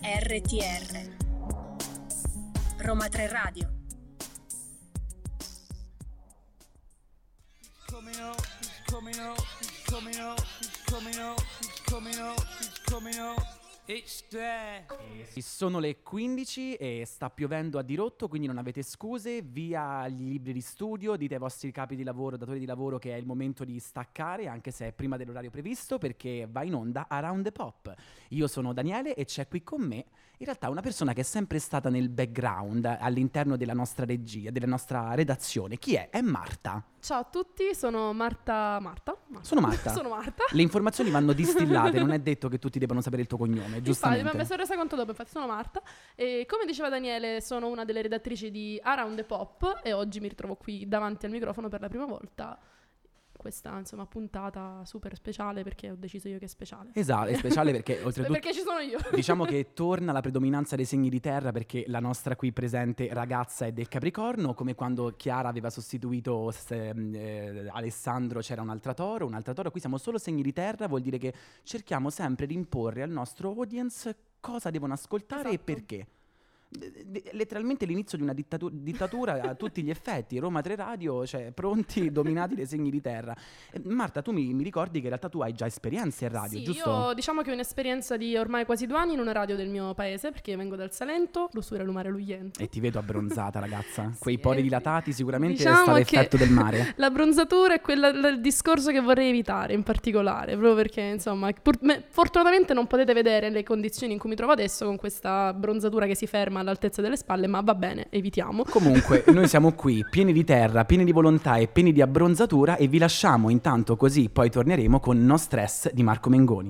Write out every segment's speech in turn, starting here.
RTR Roma 3 Radio. Sono le 15 e sta piovendo a dirotto, quindi non avete scuse. Via gli libri di studio, dite ai vostri capi di lavoro, datori di lavoro, che è il momento di staccare, anche se è prima dell'orario previsto, perché va in onda Around the Pop. Io sono Daniele e c'è qui con me in realtà una persona che è sempre stata nel background all'interno della nostra regia, della nostra redazione. Chi è? È Marta. Ciao a tutti, sono Marta. Sono Marta. Sono Marta. Le informazioni vanno distillate, non è detto che tutti debbano sapere il tuo cognome, giustamente. Infatti, mi sono resa conto dopo, infatti sono Marta. E come diceva Daniele, sono una delle redattrici di Around the Pop e oggi mi ritrovo qui davanti al microfono per la prima volta. Questa puntata super speciale perché ho deciso io che è speciale. Esatto, è speciale perché oltretutto perché ci sono io. Diciamo che torna la predominanza dei segni di terra, perché la nostra qui presente ragazza è del Capricorno, come quando Chiara aveva sostituito Alessandro, c'era un altro toro. Qui siamo solo segni di terra, vuol dire che cerchiamo sempre di imporre al nostro audience cosa devono ascoltare, esatto, e perché. Letteralmente l'inizio di una dittatura a tutti gli effetti. Roma 3 Radio, cioè pronti, dominati dai segni di terra. Marta, tu mi ricordi che in realtà tu hai già esperienze in radio, sì, giusto? Io diciamo che ho un'esperienza di ormai quasi 2 anni in una radio del mio paese, perché io vengo dal Salento, Lussuria Lumare Lugliento. E ti vedo abbronzata, ragazza. Sì, quei pori dilatati sicuramente diciamo è stato effetto del mare. L'abbronzatura è il discorso che vorrei evitare in particolare, proprio perché insomma fortunatamente non potete vedere le condizioni in cui mi trovo adesso con questa abbronzatura che si ferma all'altezza delle spalle, ma va bene, evitiamo. Comunque noi siamo qui pieni di terra, pieni di volontà e pieni di abbronzatura, e vi lasciamo intanto, così poi torneremo con No Stress di Marco Mengoni.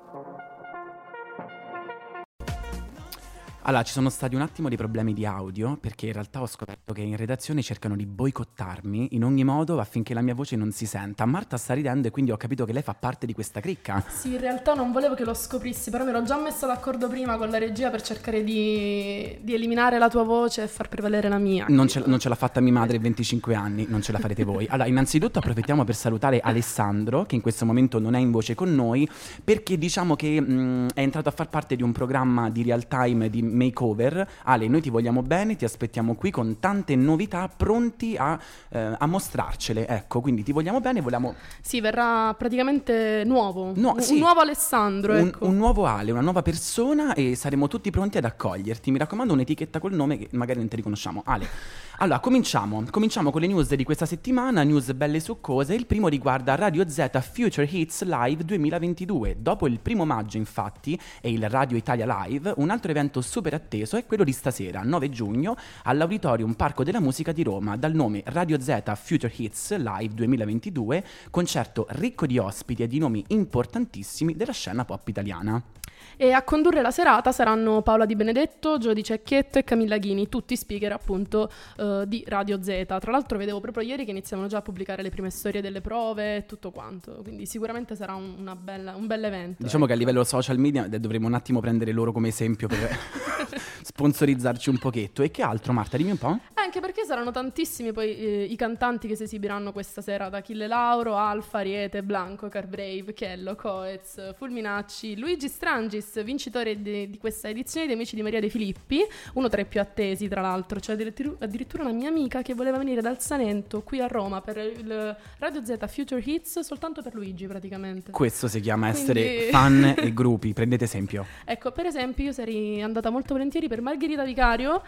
Allora, ci sono stati un attimo di problemi di audio, perché in realtà ho scoperto che in redazione cercano di boicottarmi in ogni modo affinché la mia voce non si senta. Marta sta ridendo e quindi ho capito che lei fa parte di questa cricca. Sì, in realtà non volevo che lo scoprissi, però mi ero già messa d'accordo prima con la regia per cercare di eliminare la tua voce e far prevalere la mia. Non ce l'ha fatta mia madre 25 anni, non ce la farete voi. Allora, innanzitutto approfittiamo per salutare Alessandro, che in questo momento non è in voce con noi, perché diciamo che è entrato a far parte di un programma di real time di makeover. Ale, noi ti vogliamo bene, ti aspettiamo qui con tante novità, pronti a mostrarcele, ecco, quindi ti vogliamo bene, vogliamo... Sì, verrà praticamente nuovo, sì, un nuovo Alessandro, ecco. Un nuovo Ale, una nuova persona, e saremo tutti pronti ad accoglierti. Mi raccomando, un'etichetta col nome che magari non ti riconosciamo. Ale, allora cominciamo con le news di questa settimana, news belle succose. Il primo riguarda Radio Z Future Hits Live 2022. Dopo il 1 maggio, infatti, e il Radio Italia Live, un altro evento super atteso è quello di stasera, 9 giugno, all'Auditorium Parco della Musica di Roma, dal nome Radio Z Future Hits Live 2022, concerto ricco di ospiti e di nomi importantissimi della scena pop italiana. E a condurre la serata saranno Paola Di Benedetto, Jody Cecchetto e Camilla Ghini, tutti speaker appunto di Radio Z. Tra l'altro vedevo proprio ieri che iniziavano già a pubblicare le prime storie delle prove e tutto quanto, quindi sicuramente sarà un bel evento. Diciamo che a livello social media dovremo un attimo prendere loro come esempio per sponsorizzarci un pochetto. E che altro, Marta, dimmi un po'? Anche perché saranno tantissimi poi i cantanti che si esibiranno questa sera, da Achille Lauro, Alfa, Ariete, Blanco, Carbrave, Chello, Coez, Fulminacci, Luigi Strangis, vincitore di questa edizione di Amici di Maria De Filippi, uno tra i più attesi tra l'altro. C'è addirittura una mia amica che voleva venire dal Salento qui a Roma per il Radio Z Future Hits soltanto per Luigi praticamente. Questo si chiama essere fan e gruppi, prendete esempio. Ecco, per esempio io sarei andata molto volentieri per Margherita Vicario,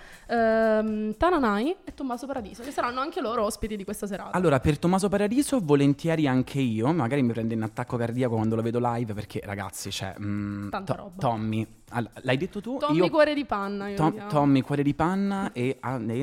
Tananai e Tommaso Paradiso, che saranno anche loro ospiti di questa serata. Allora, per Tommaso Paradiso volentieri anche io, magari mi prende un attacco cardiaco quando lo vedo live, perché ragazzi c'è tanta roba. Tommy, l'hai detto tu? Tommy Cuore di Panna. Tommy Cuore di Panna e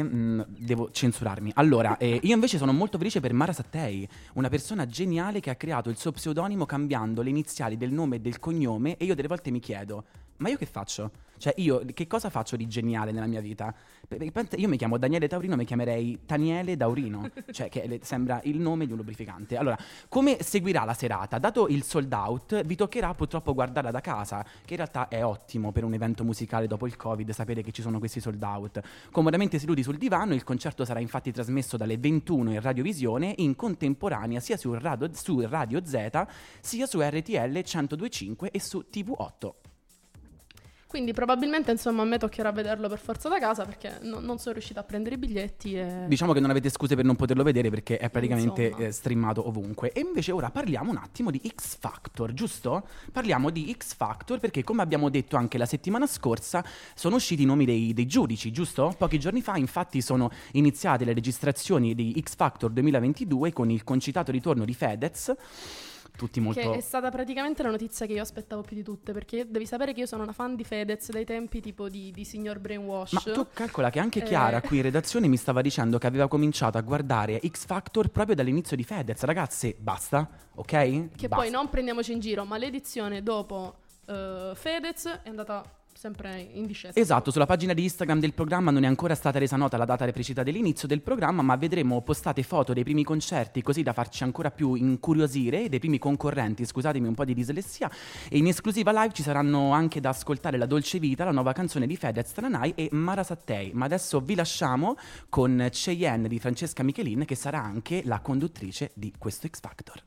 devo censurarmi. Allora, io invece sono molto felice per Mara Sattei, una persona geniale che ha creato il suo pseudonimo cambiando le iniziali del nome e del cognome, e io delle volte mi chiedo, ma io che faccio? Cioè io che cosa faccio di geniale nella mia vita? Io mi chiamo Daniele Taurino, mi chiamerei Taniele Daurino, cioè che sembra il nome di un lubrificante. Allora, come seguirà la serata? Dato il sold out, vi toccherà purtroppo guardarla da casa, che in realtà è ottimo per un evento musicale dopo il Covid, sapere che ci sono questi sold out. Comodamente seduti sul divano, il concerto sarà infatti trasmesso dalle 21 in radiovisione in contemporanea sia su Radio Z sia su RTL 102.5 e su TV8. Quindi probabilmente, insomma, a me toccherà vederlo per forza da casa perché non sono riuscita a prendere i biglietti e... Diciamo che non avete scuse per non poterlo vedere perché è praticamente Insomma. streamato ovunque. E invece ora parliamo un attimo di X Factor, giusto? Parliamo di X Factor perché, come abbiamo detto anche la settimana scorsa, sono usciti i nomi dei giudici, giusto? Pochi giorni fa infatti sono iniziate le registrazioni di X Factor 2022 con il concitato ritorno di Fedez. Tutti molto... Che è stata praticamente la notizia che io aspettavo più di tutte, perché devi sapere che io sono una fan di Fedez dai tempi tipo di Signor Brainwash. Ma tu calcola che anche Chiara qui in redazione mi stava dicendo che aveva cominciato a guardare X Factor proprio dall'inizio di Fedez. Ragazze, basta, ok? Che Basta. poi non prendiamoci in giro, ma l'edizione dopo Fedez è andata sempre in discesa. Esatto, sulla pagina di Instagram del programma non è ancora stata resa nota la data precisa dell'inizio del programma, ma vedremo postate foto dei primi concerti così da farci ancora più incuriosire, dei primi concorrenti, scusatemi un po' di dislessia, e in esclusiva live ci saranno anche da ascoltare La Dolce Vita, la nuova canzone di Fedez, Tananai e Mara Sattei. Ma adesso vi lasciamo con Cheyenne di Francesca Michelin, che sarà anche la conduttrice di questo X Factor.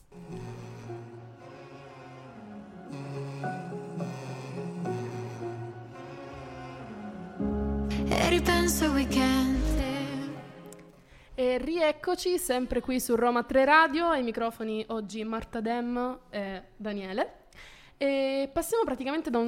E ripenso al weekend. E rieccoci sempre qui su Roma 3 Radio, ai microfoni oggi Marta Dem e Daniele. E passiamo praticamente da un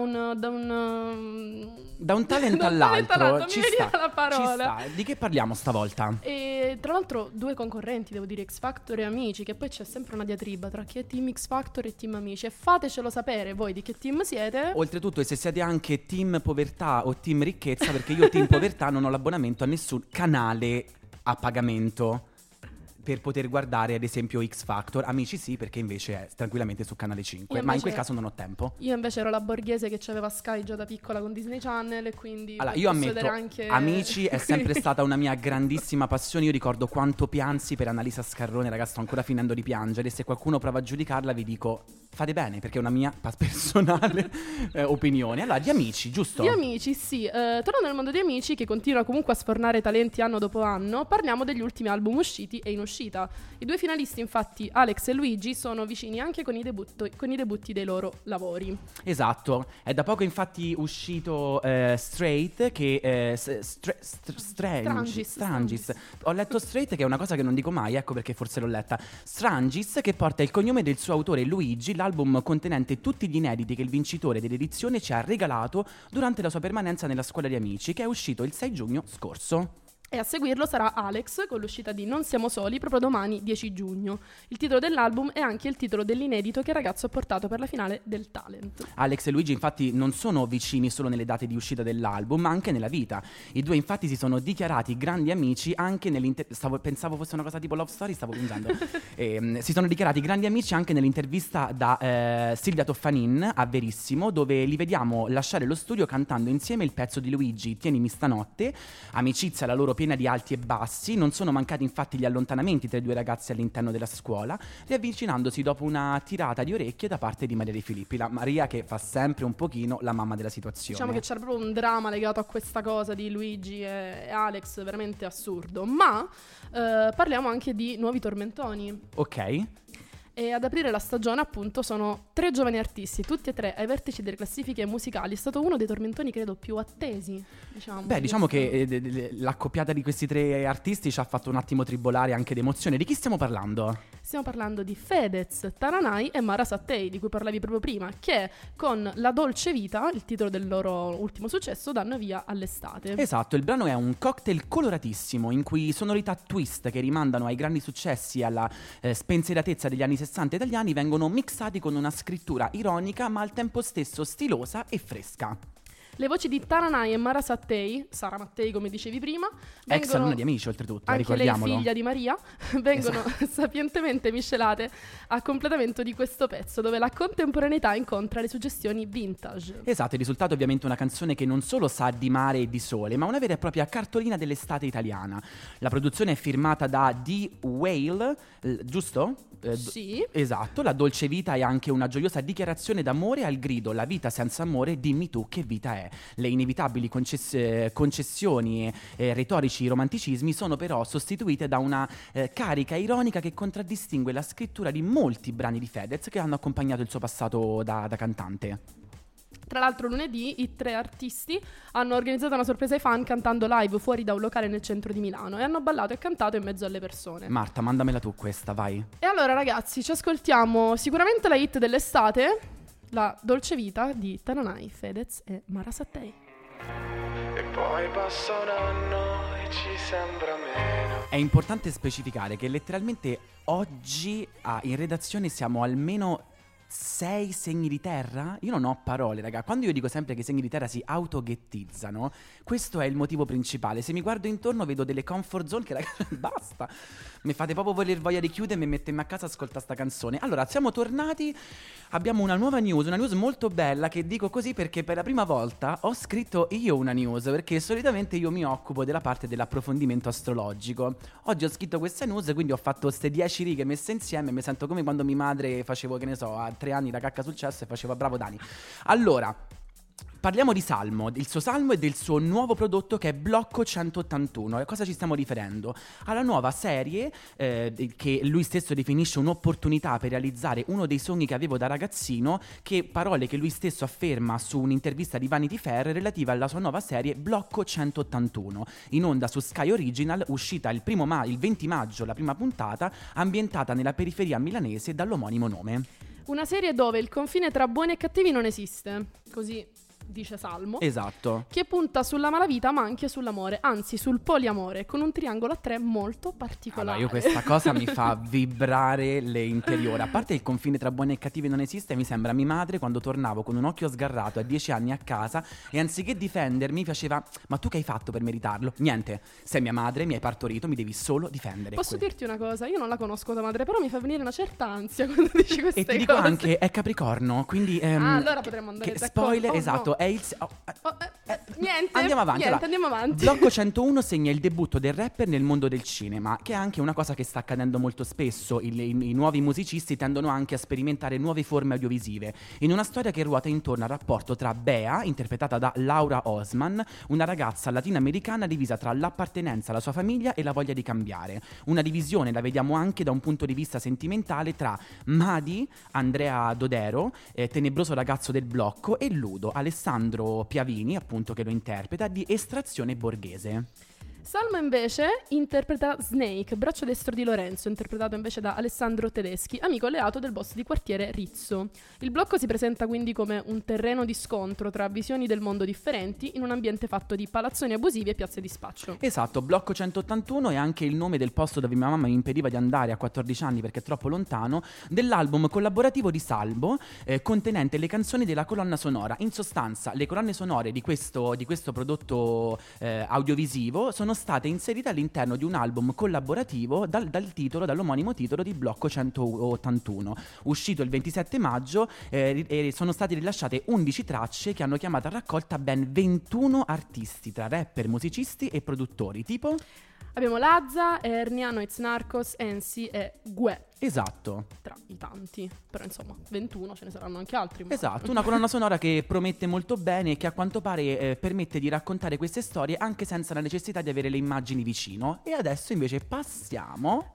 talent da un all'altro, talent ci mi veniva sta, la parola. ci sta. Di che parliamo stavolta? E tra l'altro due concorrenti, devo dire, X Factor e Amici, che poi c'è sempre una diatriba tra chi è team X Factor e team Amici, e fatecelo sapere voi di che team siete. Oltretutto, e se siete anche team povertà o team ricchezza, perché io team povertà non ho l'abbonamento a nessun canale a pagamento per poter guardare ad esempio X Factor. Amici sì, perché invece è tranquillamente su Canale 5, ma in quel caso non ho tempo. Io invece ero la borghese che aveva Sky già da piccola con Disney Channel e quindi Allora, io posso ammetto, vedere anche... Amici è sempre stata una mia grandissima passione. Io ricordo quanto piansi per Annalisa Scarrone, ragazzi, sto ancora finendo di piangere. Se qualcuno prova a giudicarla vi dico fate bene, perché è una mia personale opinione. Allora, di Amici, giusto? Di Amici, sì. Tornando al mondo di Amici, che continua comunque a sfornare talenti anno dopo anno, parliamo degli ultimi album usciti e in uscita. I due finalisti, infatti, Alex e Luigi, sono vicini anche con i debutti dei loro lavori. Esatto, è da poco infatti uscito Straight, che Strangis. Ho letto Straight, che è una cosa che non dico mai, ecco perché forse l'ho letta. Strangis, che porta il cognome del suo autore Luigi, l'album contenente tutti gli inediti che il vincitore dell'edizione ci ha regalato durante la sua permanenza nella scuola di Amici, che è uscito il 6 giugno scorso. E a seguirlo sarà Alex con l'uscita di Non siamo soli proprio domani 10 giugno. Il titolo dell'album è anche il titolo dell'inedito che il ragazzo ha portato per la finale del Talent. Alex e Luigi infatti non sono vicini solo nelle date di uscita dell'album, ma anche nella vita. I due infatti si sono dichiarati grandi amici anche pensavo fosse una cosa tipo Love Story, stavo piangendo. Si sono dichiarati grandi amici anche nell'intervista da Silvia Toffanin a Verissimo, dove li vediamo lasciare lo studio cantando insieme il pezzo di Luigi, Tienimi stanotte. Amicizia la loro piena di alti e bassi. Non sono mancati infatti gli allontanamenti tra i due ragazzi all'interno della scuola, riavvicinandosi dopo una tirata di orecchie da parte di Maria De Filippi, la Maria che fa sempre un pochino la mamma della situazione. Diciamo che c'era proprio un dramma legato a questa cosa di Luigi e Alex, veramente assurdo. Ma parliamo anche di nuovi tormentoni. Ok. E ad aprire la stagione appunto sono 3 giovani artisti, tutti e 3 ai vertici delle classifiche musicali. È stato uno dei tormentoni credo più attesi, diciamo. Beh, diciamo che l'accoppiata di questi 3 artisti ci ha fatto un attimo tribolare anche d'emozione. Di chi stiamo parlando? Stiamo parlando di Fedez, Tananai e Mara Sattei, di cui parlavi proprio prima, che con La Dolce Vita, il titolo del loro ultimo successo, danno via all'estate. Esatto, il brano è un cocktail coloratissimo in cui sonorità twist che rimandano ai grandi successi e alla spensieratezza degli anni 60 italiani vengono mixati con una scrittura ironica ma al tempo stesso stilosa e fresca. Le voci di Tananai e Mara Sattei, Sara Mattei come dicevi prima, ex alunna di Amici oltretutto, anche ricordiamolo. lei figlia di Maria, vengono sapientemente miscelate a completamento di questo pezzo, dove la contemporaneità incontra le suggestioni vintage. Esatto, il risultato è ovviamente una canzone che non solo sa di mare e di sole, ma una vera e propria cartolina dell'estate italiana. La produzione è firmata da D. Whale, giusto? Sì. Esatto, La Dolce Vita è anche una gioiosa dichiarazione d'amore al grido "La vita senza amore, dimmi tu che vita è". Le inevitabili concessioni e retorici romanticismi sono però sostituite da una carica ironica che contraddistingue la scrittura di molti brani di Fedez che hanno accompagnato il suo passato da cantante. Tra l'altro lunedì i 3 artisti hanno organizzato una sorpresa ai fan cantando live fuori da un locale nel centro di Milano e hanno ballato e cantato in mezzo alle persone. Marta, mandamela tu questa, vai. E allora ragazzi, ci ascoltiamo sicuramente la hit dell'estate, La dolce vita di Tananai, Fedez e Mara Sattei. E poi passa un anno e ci sembra meno. È importante specificare che letteralmente oggi in redazione siamo almeno 6 segni di terra? Io non ho parole, raga. Quando io dico sempre che i segni di terra si autoghettizzano, questo è il motivo principale. Se mi guardo intorno vedo delle comfort zone che, raga, basta. Mi fate proprio voler voglia di chiudermi e mettermi a casa a ascoltare sta canzone. Allora, siamo tornati. Abbiamo una nuova news, una news molto bella, che dico così perché per la prima volta ho scritto io una news, perché solitamente io mi occupo della parte dell'approfondimento astrologico. Oggi ho scritto questa news, quindi ho fatto queste 10 righe messe insieme e mi sento come quando mia madre facevo, che ne so, a 3 anni la cacca sul cesso e faceva bravo Dani. Allora, parliamo di Salmo, del suo Salmo e del suo nuovo prodotto che è Blocco 181. A cosa ci stiamo riferendo? Alla nuova serie che lui stesso definisce un'opportunità per realizzare uno dei sogni che avevo da ragazzino, che parole che lui stesso afferma su un'intervista di Vanity Fair relativa alla sua nuova serie Blocco 181, in onda su Sky Original, uscita il 20 maggio, la prima puntata, ambientata nella periferia milanese dall'omonimo nome. Una serie dove il confine tra buoni e cattivi non esiste, così dice Salmo. Esatto. Che punta sulla malavita ma anche sull'amore, anzi sul poliamore, con un triangolo a 3 molto particolare. Allora, io questa cosa mi fa vibrare le interiori. A parte il confine tra buoni e cattivi non esiste, mi sembra mia madre quando tornavo con un occhio sgarrato a 10 anni a casa e anziché difendermi faceva: ma tu che hai fatto per meritarlo? Niente, sei mia madre, mi hai partorito, mi devi solo difendere. Posso dirti una cosa? Io non la conosco tua madre, però mi fa venire una certa ansia quando dici queste cose. E ti dico anche, è Capricorno, quindi allora potremmo andare d'accordo. spoiler, Oh, esatto, no. è il Niente, andiamo avanti. niente, Allora, andiamo avanti. Blocco 101 segna il debutto del rapper nel mondo del cinema, che è anche una cosa che sta accadendo molto spesso. I nuovi musicisti tendono anche a sperimentare nuove forme audiovisive, in una storia che ruota intorno al rapporto tra Bea, interpretata da Laura Osman, una ragazza latinoamericana divisa tra l'appartenenza alla sua famiglia e la voglia di cambiare. Una divisione la vediamo anche da un punto di vista sentimentale tra Madi, Andrea Dodero, tenebroso ragazzo del blocco, e Ludo, Alessandro Piavini, appunto, che lo interpreta, di Estrazione borghese. Salmo invece interpreta Snake, braccio destro di Lorenzo, interpretato invece da Alessandro Tedeschi, amico alleato del boss di quartiere Rizzo. Il blocco si presenta quindi come un terreno di scontro tra visioni del mondo differenti in un ambiente fatto di palazzoni abusivi e piazze di spaccio. Esatto, Blocco 181 è anche il nome del posto dove mia mamma mi impediva di andare a 14 anni perché è troppo lontano, dell'album collaborativo di Salmo, contenente le canzoni della colonna sonora. In sostanza, le colonne sonore di questo prodotto audiovisivo sono state inserite all'interno di un album collaborativo dall'omonimo titolo di Blocco 181, uscito il 27 maggio, e sono state rilasciate 11 tracce che hanno chiamato a raccolta ben 21 artisti, tra rapper, musicisti e produttori, tipo... Abbiamo Lazza, Ernia, Noiz Narcos, Ensi e Gue. Esatto. Tra i tanti, però insomma 21, ce ne saranno anche altri. Esatto, una colonna sonora che promette molto bene e che a quanto pare permette di raccontare queste storie anche senza la necessità di avere le immagini vicino. E adesso invece passiamo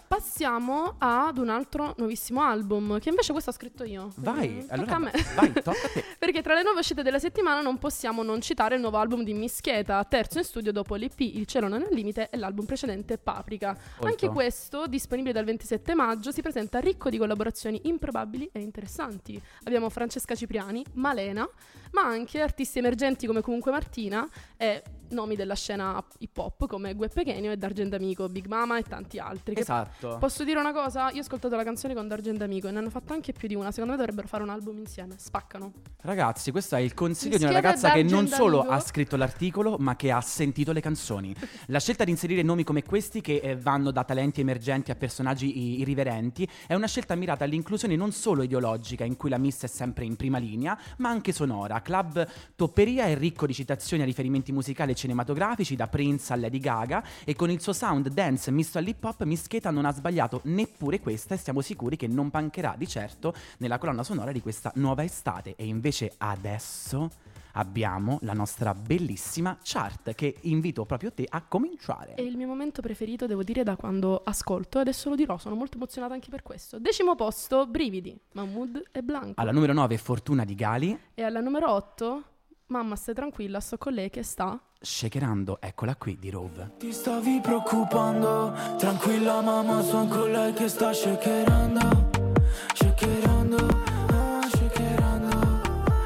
ad un altro nuovissimo album, che invece questo ho scritto io. Vai, Tocca allora a me. vai, tocca a te. Perché tra le nuove uscite della settimana non possiamo non citare il nuovo album di Mischeta, terzo in studio dopo l'EP Il cielo non è il limite e l'album precedente Paprika. Anche questo, disponibile dal 27 maggio, si presenta ricco di collaborazioni improbabili e interessanti. Abbiamo Francesca Cipriani, Malena, ma anche artisti emergenti come Comunque Martina e nomi della scena hip hop come Gue Pequeno e D'Argent Amico, Big Mama e tanti altri. Esatto. Posso dire una cosa? Io ho ascoltato la canzone con D'Argent Amico e ne hanno fatta anche più di una. Secondo me dovrebbero fare un album insieme. Spaccano. Ragazzi, questo è il consiglio di una Mischeta ragazza che D'Argent non solo Amico. ha scritto l'articolo, ma che ha sentito le canzoni. La scelta di inserire nomi come questi, che vanno da talenti emergenti a personaggi irriverenti, è una scelta mirata all'inclusione non solo ideologica, in cui la miss è sempre in prima linea, ma anche sonora. Club Topperia è ricco di citazioni a riferimenti musicali cinematografici, da Prince a Lady Gaga, e con il suo sound dance misto all'hip hop Mischeta non ha sbagliato neppure questa, e siamo sicuri che non mancherà di certo nella colonna sonora di questa nuova estate. E invece adesso abbiamo la nostra bellissima chart, che invito proprio te a cominciare. È il mio momento preferito, devo dire, da quando ascolto, adesso lo dirò, sono molto emozionata anche per questo. 10° posto, Brividi, Mahmood e Blanco. Alla numero 9, Fortuna di Gali. E alla numero 8, Mamma stai tranquilla, sto con lei che sta Shakerando, eccola qui, di Rove. Ti stavi preoccupando, tranquilla mamma, sono con lei che sta shakerando, shakerando, ah, shakerando,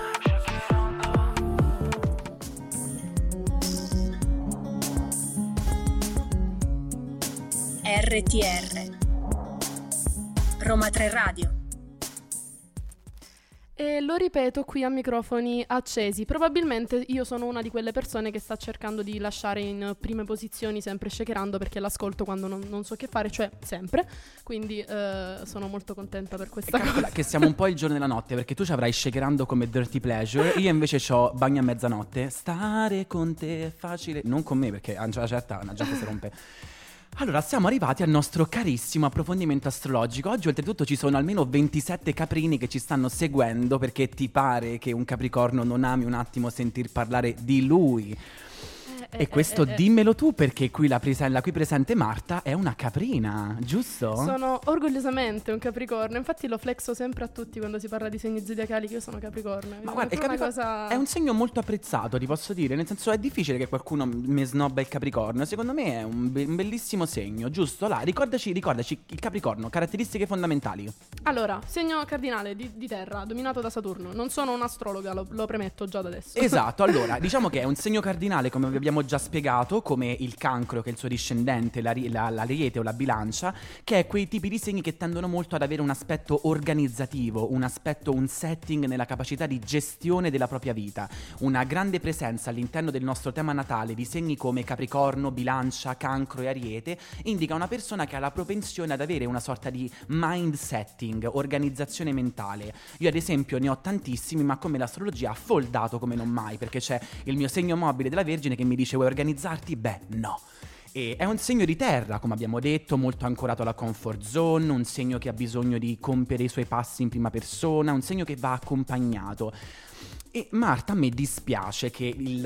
RTR Roma 3 Radio. E lo ripeto qui a microfoni accesi. Probabilmente io sono una di quelle persone che sta cercando di lasciare in prime posizioni sempre shakerando, perché l'ascolto quando non so che fare, cioè sempre. Quindi sono molto contenta per questa cosa. Che siamo un po' il giorno e la notte, perché tu ci avrai shakerando come dirty pleasure, io invece c'ho Bagno a mezzanotte. Stare con te è facile. Non con me, perché a una certa la gente si rompe. Allora, siamo arrivati al nostro carissimo approfondimento astrologico. Oggi oltretutto ci sono almeno 27 caprini che ci stanno seguendo, perché ti pare che un capricorno non ami un attimo sentir parlare di lui? E questo dimmelo tu, perché qui la qui presente Marta è una caprina, giusto? Sono orgogliosamente un capricorno, infatti lo flexo sempre a tutti quando si parla di segni zodiacali, che io sono capricorno. Ma guarda, è un segno molto apprezzato, ti posso dire, nel senso è difficile che qualcuno mi snobba il capricorno, secondo me è un bellissimo segno, giusto? Là, ricordaci il capricorno, caratteristiche fondamentali. Allora, segno cardinale di terra, dominato da Saturno. Non sono un'astrologa, lo premetto già da adesso. Esatto, allora, diciamo che è un segno cardinale, come vi abbiamo già spiegato, come il Cancro, che è il suo discendente, l'Ariete o la Bilancia, che è quei tipi di segni che tendono molto ad avere un aspetto organizzativo, un setting nella capacità di gestione della propria vita. Una grande presenza all'interno del nostro tema natale di segni come Capricorno, Bilancia, Cancro e Ariete indica una persona che ha la propensione ad avere una sorta di mind setting, organizzazione mentale. Io ad esempio ne ho tantissimi, ma come l'astrologia ha foldato come non mai, perché c'è il mio segno mobile della Vergine che mi dice: vuoi organizzarti? Beh, no. E è un segno di terra, come abbiamo detto, molto ancorato alla comfort zone, un segno che ha bisogno di compiere i suoi passi in prima persona, un segno che va accompagnato. E Marta, a me dispiace che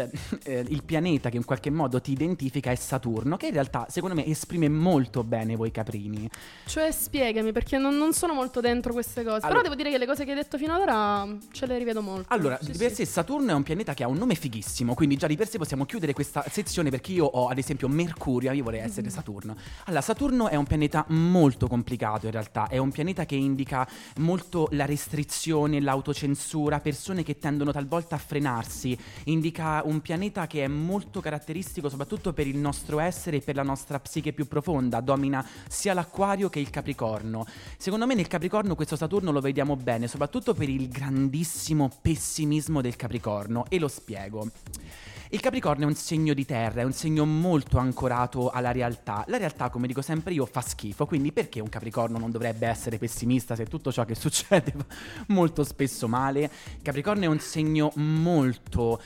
il pianeta che in qualche modo ti identifica è Saturno, che in realtà secondo me esprime molto bene voi caprini. Cioè, spiegami, perché non sono molto dentro queste cose. Allora, però devo dire che le cose che hai detto fino ad ora ce le rivedo molto. Allora, sì, di per sé Saturno è un pianeta che ha un nome fighissimo, quindi già di per sé possiamo chiudere questa sezione, perché io ho ad esempio Mercurio, io vorrei essere Saturno. Allora, Saturno è un pianeta molto complicato in realtà, è un pianeta che indica molto la restrizione, l'autocensura, persone che tendono talvolta a frenarsi, indica un pianeta che è molto caratteristico soprattutto per il nostro essere e per la nostra psiche più profonda, domina sia l'Acquario che il Capricorno. Secondo me nel Capricorno questo Saturno lo vediamo bene, soprattutto per il grandissimo pessimismo del Capricorno, e lo spiego. Il Capricorno è un segno di terra, è un segno molto ancorato alla realtà. La realtà, come dico sempre io, fa schifo, quindi perché un Capricorno non dovrebbe essere pessimista se tutto ciò che succede va molto spesso male? Il Capricorno è un segno molto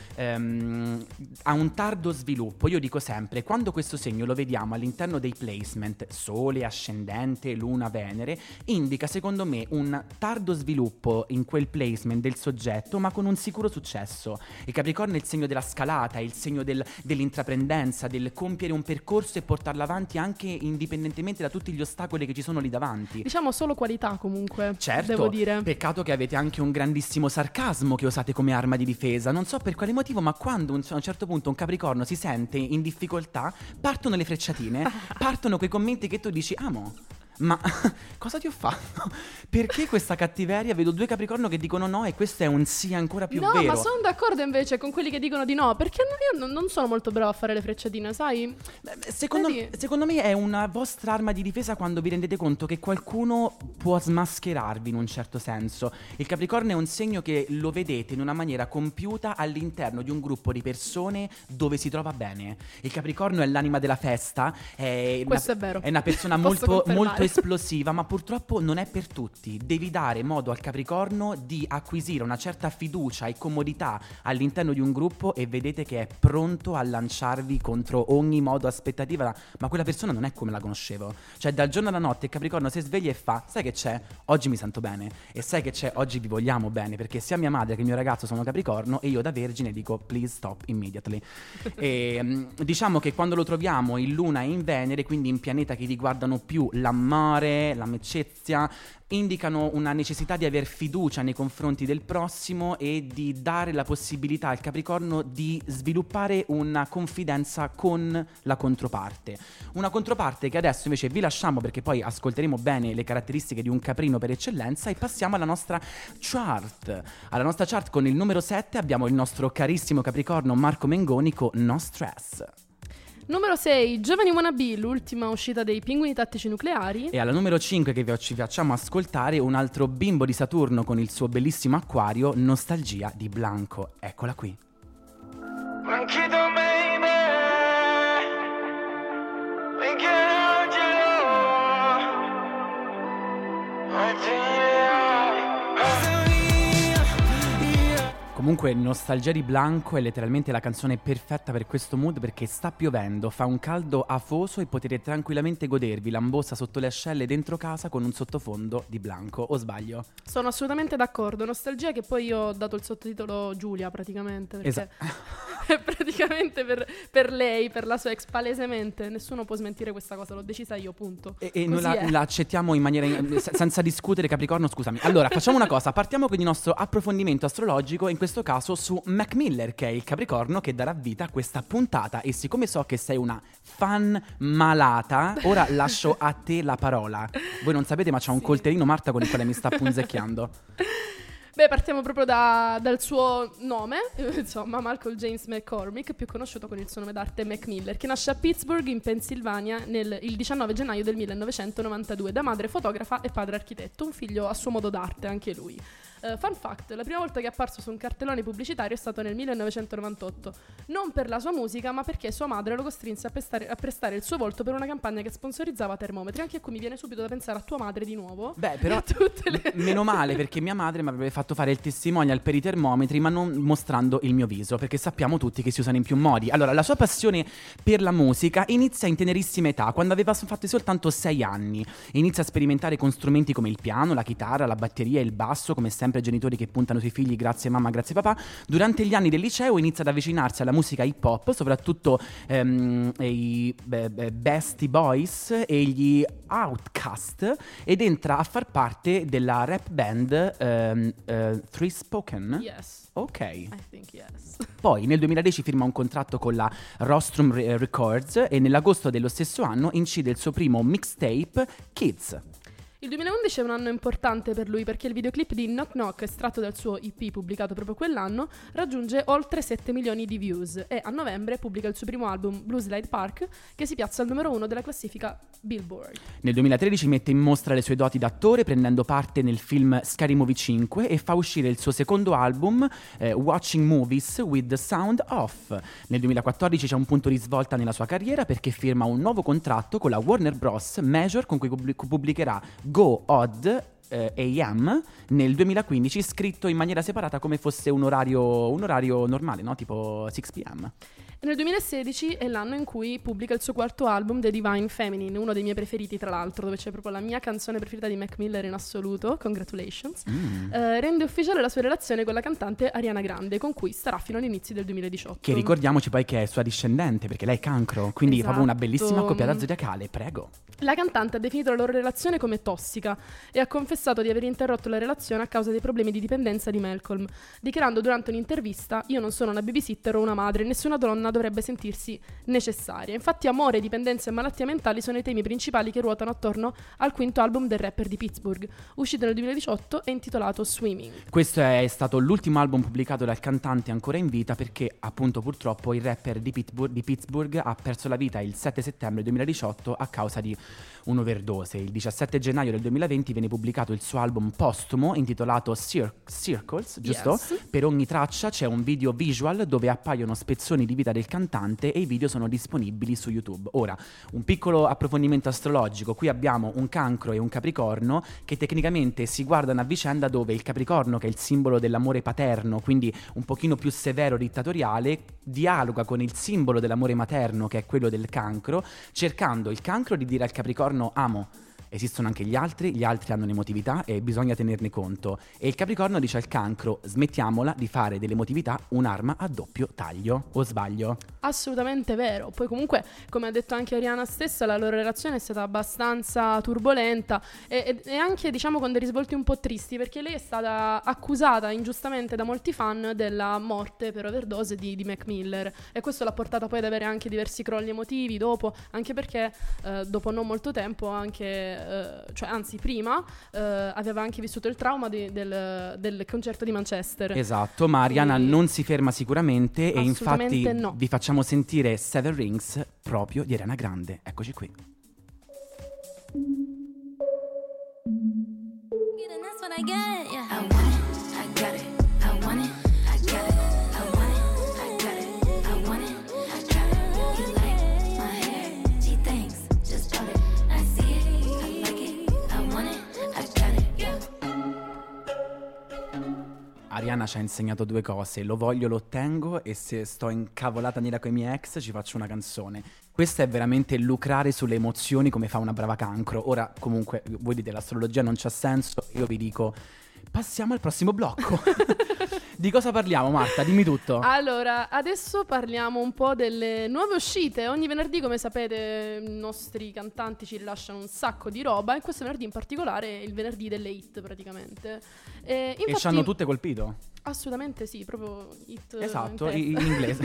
ha un tardo sviluppo. Io dico sempre, quando questo segno lo vediamo all'interno dei placement Sole, Ascendente, Luna, Venere, indica secondo me un tardo sviluppo in quel placement del soggetto, ma con un sicuro successo. Il Capricorno è il segno della scalata, è il segno dell'intraprendenza, del compiere un percorso e portarlo avanti anche indipendentemente da tutti gli ostacoli che ci sono lì davanti. Diciamo solo qualità comunque, certo, devo dire. Peccato che avete anche un grandissimo sarcasmo che usate come arma di difesa. Non so per quale motivo, ma quando a un certo punto un Capricorno si sente in difficoltà, partono le frecciatine, partono quei commenti che tu dici: amo, ma cosa ti ho fatto? Perché questa cattiveria? Vedo due Capricorno che dicono no e questo è un sì ancora più vero. No, ma sono d'accordo invece con quelli che dicono di no, perché io non sono molto bravo a fare le frecciatine, sai? Secondo me è una vostra arma di difesa quando vi rendete conto che qualcuno può smascherarvi in un certo senso. Il Capricorno è un segno che lo vedete in una maniera compiuta all'interno di un gruppo di persone dove si trova bene. Il Capricorno è l'anima della festa, questo è vero. È una persona molto esplosiva, ma purtroppo non è per tutti. Devi dare modo al Capricorno di acquisire una certa fiducia e comodità all'interno di un gruppo e vedete che è pronto a lanciarvi contro ogni modo aspettativa. Ma quella persona non è come la conoscevo. Cioè dal giorno alla notte il Capricorno si sveglia e fa: sai che c'è? Oggi mi sento bene. E sai che c'è? Oggi vi vogliamo bene. Perché sia mia madre che il mio ragazzo sono Capricorno e io da Vergine dico please stop immediately. E diciamo che quando lo troviamo in Luna e in Venere, quindi in pianeta che riguardano più l'amore, l'amicizia, indicano una necessità di aver fiducia nei confronti del prossimo e di dare la possibilità al Capricorno di sviluppare una confidenza con la controparte. Una controparte che adesso invece vi lasciamo, perché poi ascolteremo bene le caratteristiche di un caprino per eccellenza, e passiamo alla nostra chart. Alla nostra chart con il numero 7 abbiamo il nostro carissimo Capricorno Marco Mengoni con No Stress. Numero 6, Giovani Wannabe, l'ultima uscita dei Pinguini Tattici Nucleari. E alla numero 5 che ci facciamo ascoltare un altro bimbo di Saturno con il suo bellissimo acquario, Nostalgia di Blanco. Eccola qui. Tranquillo, baby. Comunque Nostalgia di Blanco è letteralmente la canzone perfetta per questo mood, perché sta piovendo, fa un caldo afoso e potete tranquillamente godervi l'ambossa sotto le ascelle dentro casa con un sottofondo di Blanco, o sbaglio? Sono assolutamente d'accordo. Nostalgia, che poi io ho dato il sottotitolo Giulia praticamente, perché è praticamente per lei, per la sua ex, palesemente. Nessuno può smentire questa cosa, l'ho decisa io, punto. E noi la accettiamo in maniera senza discutere. Capricorno, scusami. Allora, facciamo una cosa, partiamo con il nostro approfondimento astrologico, in questo caso su Mac Miller, che è il Capricorno che darà vita a questa puntata. E siccome so che sei una fan malata, ora lascio a te la parola. Voi non sapete, ma c'ha un coltellino Marta con il quale mi sta punzecchiando. Beh, partiamo proprio dal suo nome, insomma, Michael James McCormick, più conosciuto con il suo nome d'arte Mac Miller, che nasce a Pittsburgh, in Pennsylvania, il 19 gennaio del 1992, da madre fotografa e padre architetto, un figlio a suo modo d'arte anche lui. Fun fact, la prima volta che è apparso su un cartellone pubblicitario è stato nel 1998, non per la sua musica, ma perché sua madre lo costrinse a prestare il suo volto per una campagna che sponsorizzava termometri. Anche qui mi viene subito da pensare a tua madre di nuovo. Beh, però meno male, perché mia madre mi avrebbe fatto fare il testimonial per i termometri, ma non mostrando il mio viso, perché sappiamo tutti che si usano in più modi. Allora, la sua passione per la musica inizia in tenerissima età, quando aveva fatto soltanto 6 anni. Inizia a sperimentare con strumenti come il piano, la chitarra, la batteria e il basso, come sempre genitori che puntano sui figli, grazie mamma, grazie papà. Durante gli anni del liceo inizia ad avvicinarsi alla musica hip hop, soprattutto i Beastie Boys e gli Outkast, ed entra a far parte della rap band Three Spoken. Yes. Ok. I think yes. Poi nel 2010 firma un contratto con la Rostrum Records e nell'agosto dello stesso anno incide il suo primo mixtape, Kids. Il 2011 è un anno importante per lui, perché il videoclip di Knock Knock, estratto dal suo EP pubblicato proprio quell'anno, raggiunge oltre 7 milioni di views, e a novembre pubblica il suo primo album, Blue Slide Park, che si piazza al numero 1 della classifica Billboard. Nel 2013 mette in mostra le sue doti d'attore prendendo parte nel film Scary Movie 5 e fa uscire il suo secondo album, Watching Movies with the Sound Off. Nel 2014 c'è un punto di svolta nella sua carriera, perché firma un nuovo contratto con la Warner Bros. Major, con cui pubblicherà Go Odd AM nel 2015, scritto in maniera separata come fosse un orario normale, no? Tipo 6 p.m. E nel 2016 è l'anno in cui pubblica il suo quarto album, The Divine Feminine, uno dei miei preferiti tra l'altro, dove c'è proprio la mia canzone preferita di Mac Miller in assoluto, Congratulations. Rende ufficiale la sua relazione con la cantante Ariana Grande, con cui starà fino all'inizio del 2018. Che ricordiamoci poi che è sua discendente, perché lei è cancro, quindi Esatto. proprio una bellissima accoppiata zodiacale, prego. La cantante ha definito la loro relazione come tossica e ha confessato di aver interrotto la relazione a causa dei problemi di dipendenza di Malcolm, dichiarando durante un'intervista: "Io non sono una babysitter o una madre, nessuna donna dovrebbe sentirsi necessaria". Infatti amore, dipendenza e malattie mentali sono i temi principali che ruotano attorno al quinto album del rapper di Pittsburgh, uscito nel 2018 e intitolato Swimming. Questo è stato l'ultimo album pubblicato dal cantante ancora in vita, perché appunto purtroppo il rapper di Pittsburgh ha perso la vita il 7 settembre 2018 a causa di un'overdose. Il 17 gennaio del 2020 viene pubblicato il suo album postumo intitolato Circles, giusto? Yes. Per ogni traccia c'è un video visual dove appaiono spezzoni di vita del cantante e i video sono disponibili su YouTube. Ora, un piccolo approfondimento astrologico. Qui abbiamo un Cancro e un Capricorno che tecnicamente si guardano a vicenda, dove il Capricorno, che è il simbolo dell'amore paterno, quindi un pochino più severo, dittatoriale, dialoga con il simbolo dell'amore materno, che è quello del Cancro, cercando il Cancro di dire al Capricorno: amo. Esistono anche gli altri hanno l'emotività e bisogna tenerne conto. E il Capricorno dice al Cancro: smettiamola di fare dell'emotività un'arma a doppio taglio. O sbaglio? Assolutamente vero. Poi comunque, come ha detto anche Ariana stessa, la loro relazione è stata abbastanza turbolenta e anche, diciamo, con dei risvolti un po' tristi, perché lei è stata accusata ingiustamente da molti fan della morte per overdose di Mac Miller, e questo l'ha portata poi ad avere anche diversi crolli emotivi dopo, anche perché dopo non molto tempo anche prima aveva anche vissuto il trauma del concerto di Manchester. Esatto, ma Ariana non si ferma sicuramente, e infatti no. vi facciamo sentire Seven Rings proprio di Ariana Grande. Eccoci qui. Ariana ci ha insegnato due cose: lo voglio, lo ottengo, e se sto incavolata nera con i miei ex ci faccio una canzone. Questo è veramente lucrare sulle emozioni come fa una brava Cancro. Ora, comunque, voi dite l'astrologia non c'ha senso, io vi dico passiamo al prossimo blocco. Di cosa parliamo, Marta? Dimmi tutto. Allora, adesso parliamo un po' delle nuove uscite. Ogni venerdì, come sapete, i nostri cantanti ci rilasciano un sacco di roba, e questo venerdì in particolare è il venerdì delle hit, praticamente. E ci hanno tutte colpito? Assolutamente sì, proprio hit. Esatto, in inglese.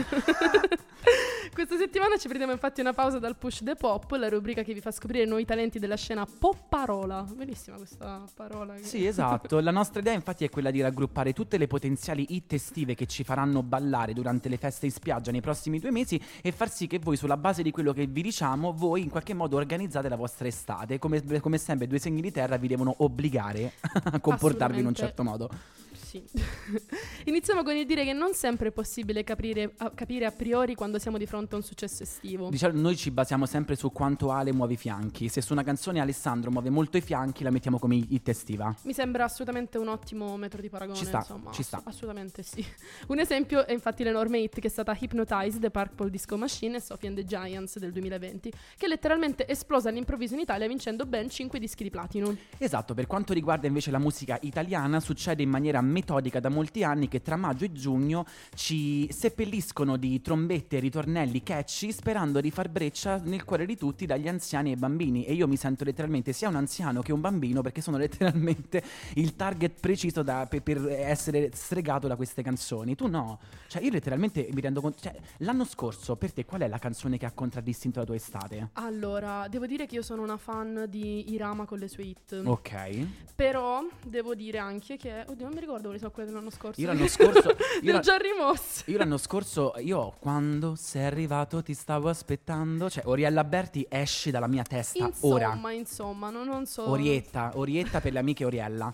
Questa settimana ci prendiamo infatti una pausa dal Push the Pop, la rubrica che vi fa scoprire nuovi talenti della scena popparola. Bellissima questa parola. Sì, esatto. La nostra idea infatti è quella di raggruppare tutte le potenziali hit estive che ci faranno ballare durante le feste in spiaggia nei prossimi 2 mesi, e far sì che voi, sulla base di quello che vi diciamo, voi in qualche modo organizzate la vostra estate. Come sempre, 2 segni di terra vi devono obbligare a comportarvi in un certo modo. Sì. Iniziamo con il dire che non sempre è possibile capire a priori quando siamo di fronte a un successo estivo. Diciamo, noi ci basiamo sempre su quanto Ale muove i fianchi. Se su una canzone Alessandro muove molto i fianchi, la mettiamo come hit estiva. Mi sembra assolutamente un ottimo metro di paragone. Ci sta, insomma, ci sta. Assolutamente sì. Un esempio è infatti l'enorme hit che è stata Hypnotize, The Purple Disco Machine e Sophie and the Giants del 2020, che è letteralmente esplosa all'improvviso in Italia, vincendo ben 5 dischi di platino. Esatto. Per quanto riguarda invece la musica italiana, succede in maniera metodica da molti anni che tra maggio e giugno ci seppelliscono di trombette e ritornelli catchy, sperando di far breccia nel cuore di tutti, dagli anziani ai bambini. E io mi sento letteralmente sia un anziano che un bambino, perché sono letteralmente il target preciso per essere stregato da queste canzoni. Tu no? Cioè, io letteralmente mi rendo conto. Cioè, l'anno scorso, per te, qual è la canzone che ha contraddistinto la tua estate? Allora, devo dire che io sono una fan di Irama con le sue hit. Ok. Però devo dire anche che, oddio, non mi ricordo quali sono quelle dell'anno scorso. Io l'anno scorso li ho già rimosse. Io l'anno scorso, quando sei arrivato ti stavo aspettando. Cioè, Oriella Berti esce dalla mia testa ora. Insomma, non so. Orietta per le amiche Oriella.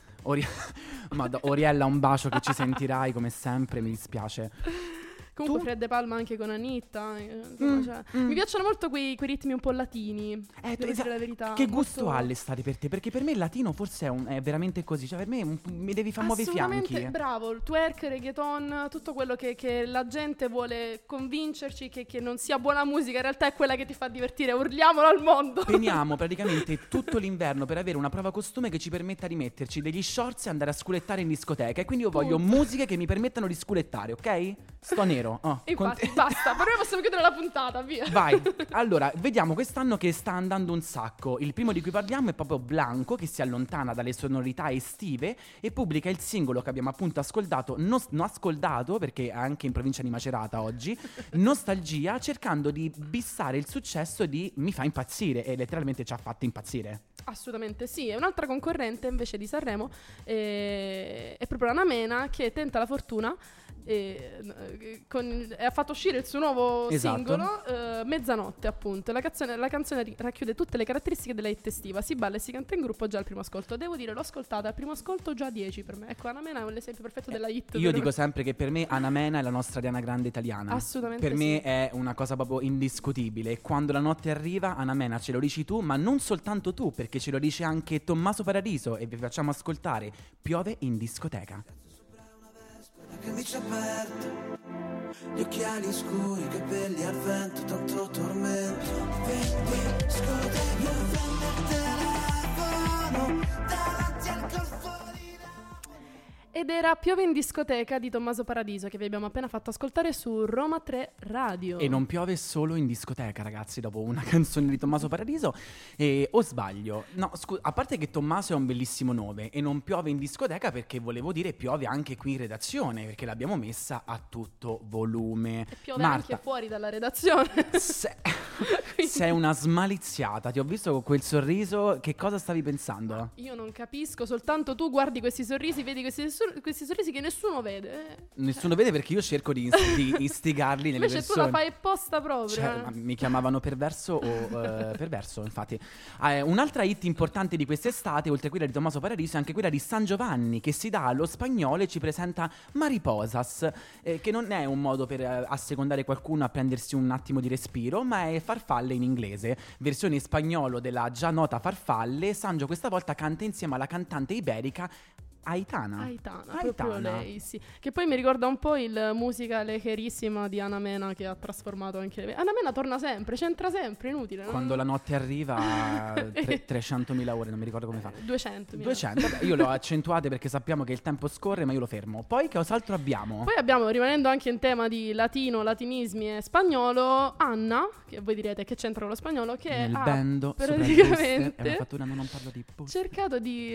Oriella, un bacio che ci sentirai come sempre, mi dispiace. Comunque Fred De Palma anche con Anitta, insomma, mi piacciono molto quei ritmi un po' latini, devo dire la verità. Che gusto ha l'estate per te? Perché per me il latino forse è veramente così. Cioè, per me mi devi far muovere i fianchi. Assolutamente, bravo, il twerk, reggaeton, tutto quello che la gente vuole convincerci che non sia buona musica, in realtà è quella che ti fa divertire. Urliamolo al mondo. Peniamo praticamente tutto l'inverno per avere una prova costume che ci permetta di metterci degli shorts e andare a sculettare in discoteca. E quindi io voglio musiche che mi permettano di sculettare, ok? Sto nero. Infatti, basta. Per me possiamo chiudere la puntata, via. Vai. Allora, vediamo quest'anno che sta andando un sacco. Il primo di cui parliamo è proprio Blanco, che si allontana dalle sonorità estive e pubblica il singolo che abbiamo appunto ascoltato, perché è anche in provincia di Macerata oggi, Nostalgia, cercando di bissare il successo di Mi fa impazzire, e letteralmente ci ha fatto impazzire. Assolutamente sì. E un'altra concorrente invece di Sanremo è proprio la Mena, che tenta la fortuna e ha fatto uscire il suo nuovo Esatto. singolo, Mezzanotte, appunto. La canzone racchiude tutte le caratteristiche della hit estiva, si balla e si canta in gruppo già al primo ascolto. Devo dire, l'ho ascoltata al primo ascolto già 10 per me. Ecco, Anna Mena è l'esempio perfetto della hit. Io dico sempre che per me Anna Mena è la nostra Ariana Grande italiana. Assolutamente Per me sì. è una cosa proprio indiscutibile. Quando la notte arriva, Anna Mena ce lo dici tu, ma non soltanto tu, perché ce lo dice anche Tommaso Paradiso, e vi facciamo ascoltare Piove in discoteca. Camicia aperta, gli occhiali scuri, capelli al vento, tanto tormento. Vedi, discoteca, prendo il telefono, davanti al golfo di Ed era Piove in discoteca di Tommaso Paradiso, che vi abbiamo appena fatto ascoltare su Roma 3 Radio. E non piove solo in discoteca, ragazzi, dopo una canzone di Tommaso Paradiso. O sbaglio? No, a parte che Tommaso è un bellissimo nome, e non piove in discoteca perché volevo dire piove anche qui in redazione, perché l'abbiamo messa a tutto volume. E piove Marta, anche fuori dalla redazione. sei una smaliziata, ti ho visto con quel sorriso, che cosa stavi pensando? Io non capisco, soltanto tu guardi questi sorrisi, vedi questi sorrisi che nessuno vede. Nessuno vede perché io cerco di istigarli nelle Invece persone. tu la fai apposta proprio. Cioè, mi chiamavano perverso o perverso, infatti. Un'altra hit importante di quest'estate, oltre a quella di Tommaso Paradiso, è anche quella di San Giovanni, che si dà allo spagnolo e ci presenta Mariposas, che non è un modo per assecondare qualcuno a prendersi un attimo di respiro, ma è Farfalle in inglese, versione in spagnolo della già nota Farfalle. Sangio questa volta canta insieme alla cantante iberica Aitana, proprio lei, sì. Che poi mi ricorda un po' il musical lecherissima di Anna Mena, che ha trasformato anche lei. Anna Mena torna sempre, c'entra sempre, inutile. Quando la notte arriva 300.000 ore, non mi ricordo come fa. 200. Vabbè, io le ho accentuate perché sappiamo che il tempo scorre, ma io lo fermo. Poi che cos'altro abbiamo? Poi abbiamo, rimanendo anche in tema di latino, latinismi e spagnolo, Anna, che voi direte che c'entra con lo spagnolo, che Nel ha bendo praticamente non parlo di cercato di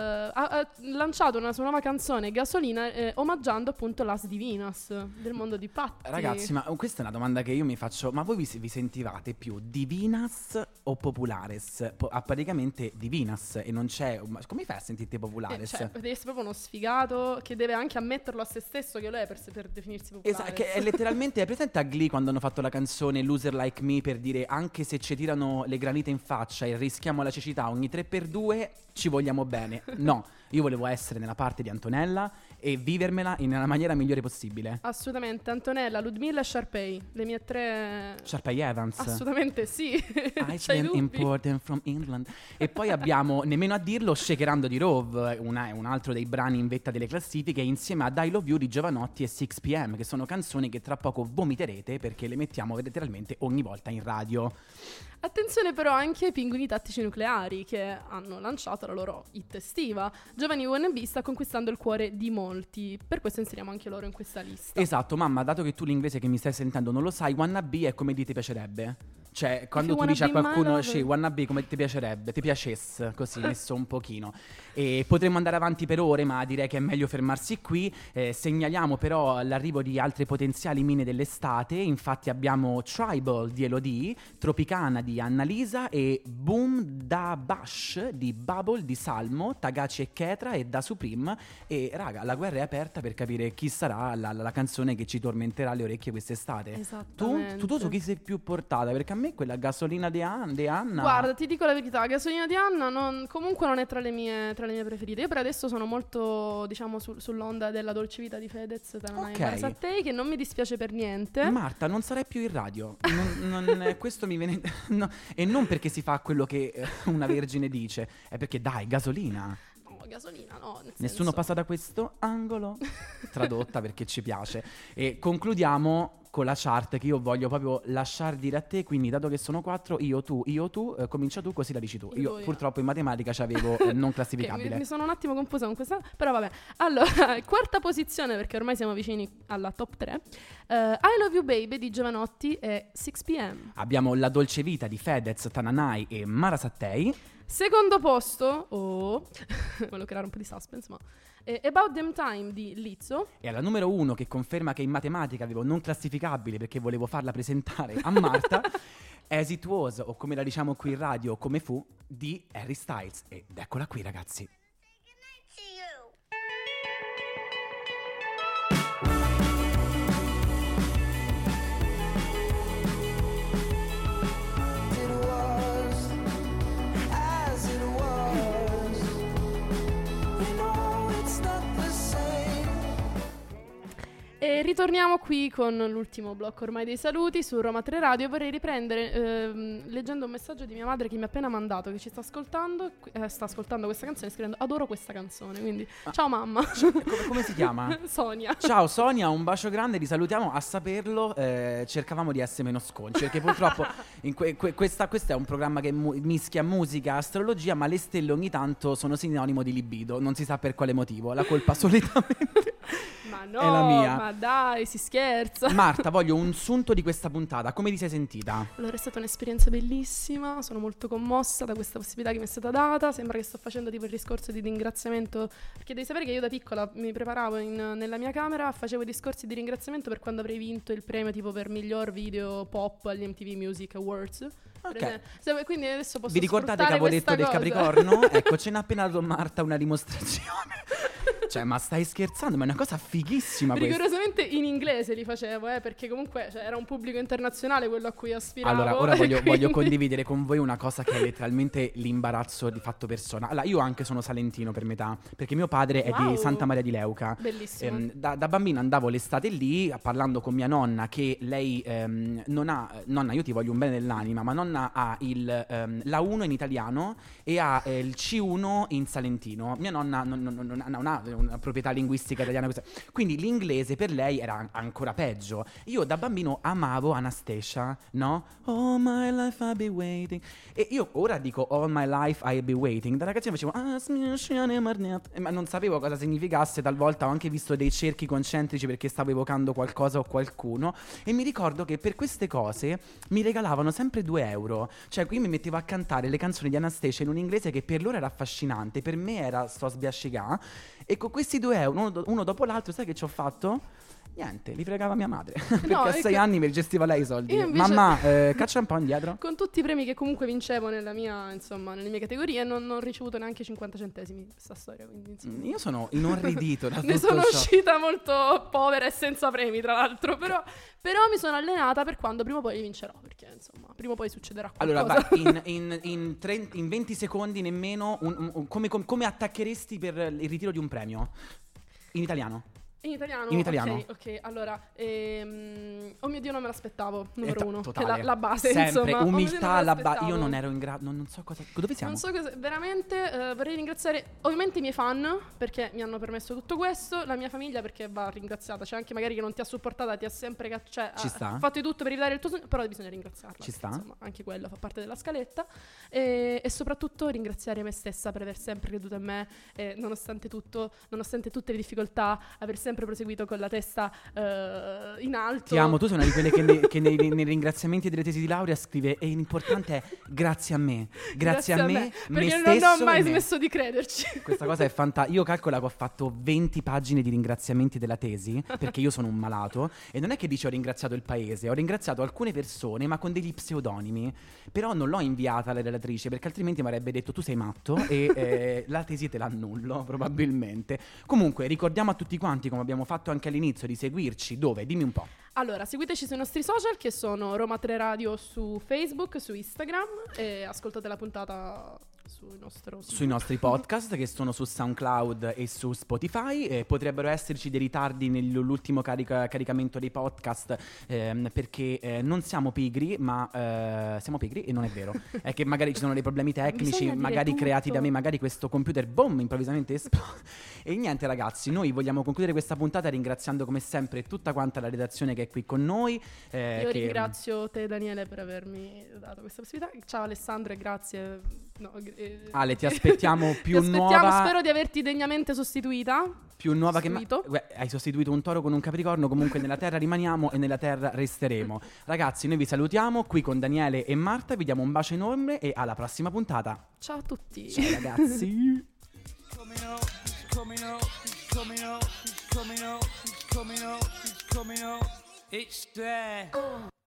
ha lanciato una sua nuova canzone Gasolina, omaggiando appunto Las Divinas del mondo di Patti. Ragazzi, ma questa è una domanda che io mi faccio. Ma voi vi sentivate più Divinas o Populares? Praticamente Divinas, e non c'è. Ma come fai a sentirti Populares? Cioè, deve essere proprio uno sfigato che deve anche ammetterlo a se stesso che lo è per definirsi popolare. Esatto, che è letteralmente, è presente a Glee quando hanno fatto la canzone Loser Like Me, per dire anche se ci tirano le granite in faccia e rischiamo la cecità ogni 3x2 ci vogliamo bene. No, io volevo essere nella parte di Antonella e vivermela nella maniera migliore possibile. Assolutamente, Antonella, Ludmilla e Sharpay, le mie tre. Sharpay Evans. Assolutamente sì. I've C'hai been dubbi? imported from England. E poi abbiamo, nemmeno a dirlo, Shakerando di Rove, un altro dei brani in vetta delle classifiche, insieme a I Love You di Giovanotti e 6pm, che sono canzoni che tra poco vomiterete perché le mettiamo letteralmente ogni volta in radio. Attenzione però anche ai Pinguini Tattici Nucleari, che hanno lanciato la loro hit estiva. Giovani UNB sta conquistando il cuore di molti, per questo inseriamo anche loro in questa lista. Esatto, mamma, dato che tu l'inglese che mi stai sentendo non lo sai, wannabe è come ti piacerebbe. Cioè, quando tu dici a qualcuno, sì, wannabe come ti piacerebbe, ti piacesse, così, messo un pochino. E potremmo andare avanti per ore, ma direi che è meglio fermarsi qui. Segnaliamo però l'arrivo di altre potenziali mine dell'estate. Infatti abbiamo Tribal di Elodie, Tropicana di Annalisa e Boom da Bash di Bubble di Salmo, Tagaci e Ketra e da Supreme. E raga, la guerra è aperta per capire chi sarà la canzone che ci tormenterà le orecchie quest'estate. Esattamente. Tu su chi sei più portata? Perché a me quella Gasolina di Anna. Guarda, ti dico la verità, Gasolina di Anna comunque non è tra le mie preferite. Io per adesso sono molto, diciamo, sull'onda della dolce vita di Fedez, Ok. Sattei, che non mi dispiace per niente. Marta, non sarai più in radio. Questo mi viene. No, e non perché si fa quello che una vergine dice, è perché dai, gasolina. No, Gasolina no, nel Nessuno senso. passa da questo angolo. Tradotta perché ci piace. E concludiamo con la chart che io voglio proprio lasciar dire a te. Quindi, dato che sono 4, io tu, comincia tu, così la dici tu. Io purtroppo in matematica c'avevo non classificabile. Okay, mi sono un attimo confusa con questa, però vabbè. Allora, quarta posizione, perché ormai siamo vicini alla top 3. I Love You Baby di Giovanotti e 6pm. Abbiamo La Dolce Vita di Fedez, Tananai e Mara Sattei. Secondo posto, volevo creare un po' di suspense, ma About Them Time di Lizzo. E alla numero 1, che conferma che in matematica avevo non classificabile perché volevo farla presentare a Marta, As It Was, o come la diciamo qui in radio, Come Fu, di Harry Styles. Ed eccola qui, ragazzi. E ritorniamo qui con l'ultimo blocco ormai dei saluti su Roma 3 Radio. Vorrei riprendere leggendo un messaggio di mia madre che mi ha appena mandato, che ci sta ascoltando questa canzone, scrivendo adoro questa canzone, quindi ciao mamma. Come si chiama? Sonia. Ciao Sonia, un bacio grande, ti salutiamo. A saperlo cercavamo di essere meno sconci, perché purtroppo questo è un programma che mischia musica, astrologia, ma le stelle ogni tanto sono sinonimo di libido, non si sa per quale motivo, la colpa solitamente Ma no, è la mia. ma dai, si scherza. Marta, voglio un sunto di questa puntata, come ti sei sentita? Allora, è stata un'esperienza bellissima, sono molto commossa da questa possibilità che mi è stata data. Sembra che sto facendo tipo il discorso di ringraziamento, perché devi sapere che io da piccola mi preparavo nella mia camera, facevo i discorsi di ringraziamento per quando avrei vinto il premio tipo per miglior video pop agli MTV Music Awards. Ok. Quindi adesso posso Vi ricordate Cavoletto del Capricorno? Ecco, ce n'ha appena dato Marta una dimostrazione. Cioè, ma stai scherzando? Ma è una cosa fighissima questa. Rigorosamente in inglese li facevo, perché comunque era un pubblico internazionale quello a cui aspiravo. Allora, ora voglio quindi condividere con voi una cosa che è letteralmente l'imbarazzo di fatto persona. Allora, io anche sono salentino per metà, perché mio padre è di Santa Maria di Leuca. Bellissimo. Da bambino andavo l'estate lì, parlando con mia nonna, che lei non ha... Nonna, io ti voglio un bene dell'anima, ma nonna ha la 1 in italiano e ha il C1 in salentino. Mia nonna non ha una proprietà linguistica italiana, quindi l'inglese per lei era ancora peggio. Io da bambino amavo Anastasia, no? All my life I'll be waiting. E io ora dico all my life I'll be waiting. Da ragazzino facevo ma non sapevo cosa significasse. Talvolta ho anche visto dei cerchi concentrici perché stavo evocando qualcosa o qualcuno. E mi ricordo che per queste cose mi regalavano sempre 2 euro. Cioè qui mi mettevo a cantare le canzoni di Anastasia in un inglese che per loro era affascinante, per me era sto sbiascicà. E con questi 2 euro, uno dopo l'altro, sai che ci ho fatto? Niente, li fregava mia madre. Perché a 6 anni me li gestiva lei i soldi. Io invece- Mamma, caccia un po' indietro. con tutti i premi che comunque vincevo nelle mie categorie, non ho ricevuto neanche 50 centesimi in questa storia. Quindi, insomma, Io sono inorridito da ne tutto sono ciò. uscita molto povera e senza premi, tra l'altro. Però mi sono allenata per quando prima o poi li vincerò. Perché insomma, prima o poi succederà qualcosa. Allora, vai, in 20 secondi nemmeno, come attaccheresti per il ritiro di un premio? In italiano. In italiano? In italiano. Ok, allora, oh mio Dio, non me l'aspettavo, numero uno, totale. che è la base, sempre, insomma. umiltà, Oh mio Dio, io non ero in grado, non so cosa, dove siamo? Non so cosa, veramente vorrei ringraziare ovviamente i miei fan perché mi hanno permesso tutto questo, la mia famiglia perché va ringraziata, c'è anche magari che non ti ha supportata, ti ha sempre Ci sta. ha fatto di tutto per evitare il tuo sogno, però bisogna ringraziarla. Ci sta. Insomma, anche quello fa parte della scaletta e soprattutto ringraziare me stessa per aver sempre creduto in me e nonostante tutto, nonostante tutte le difficoltà, aver sempre proseguito con la testa in alto. Ti amo, tu sei una di quelle che nei ringraziamenti delle tesi di laurea scrive e l'importante è grazie a me, grazie a me, perché me non ho stesso mai e me. smesso di crederci. Questa cosa è fantastica. Io calcolo che ho fatto 20 pagine di ringraziamenti della tesi, perché io sono un malato, e non è che dice ho ringraziato il paese, ho ringraziato alcune persone, ma con degli pseudonimi. Però non l'ho inviata alla relatrice, perché altrimenti mi avrebbe detto tu sei matto e la tesi te l'annullo, probabilmente. Comunque, ricordiamo a tutti quanti, come abbiamo fatto anche all'inizio, di seguirci. Dove? Dimmi un po'. Allora, seguiteci sui nostri social che sono Roma 3 Radio su Facebook, su Instagram e ascoltate la puntata sui nostri podcast che sono su SoundCloud e su Spotify. Potrebbero esserci dei ritardi nell'ultimo caricamento dei podcast perché non siamo pigri, ma siamo pigri e non è vero. È che magari ci sono dei problemi tecnici, magari creati da me, magari questo computer boom improvvisamente esplode. E niente ragazzi, noi vogliamo concludere questa puntata ringraziando come sempre tutta quanta la redazione che è qui con noi. Io ringrazio te Daniele per avermi dato questa possibilità. Ciao Alessandro e grazie. Ale, ti aspettiamo più ti nuova. Spero di averti degnamente sostituita. Più nuova che mai. Hai sostituito un toro con un capricorno. Comunque nella terra rimaniamo e nella terra resteremo. Ragazzi, noi vi salutiamo qui con Daniele e Marta. Vi diamo un bacio enorme e alla prossima puntata. Ciao a tutti. Ciao ragazzi. It's there.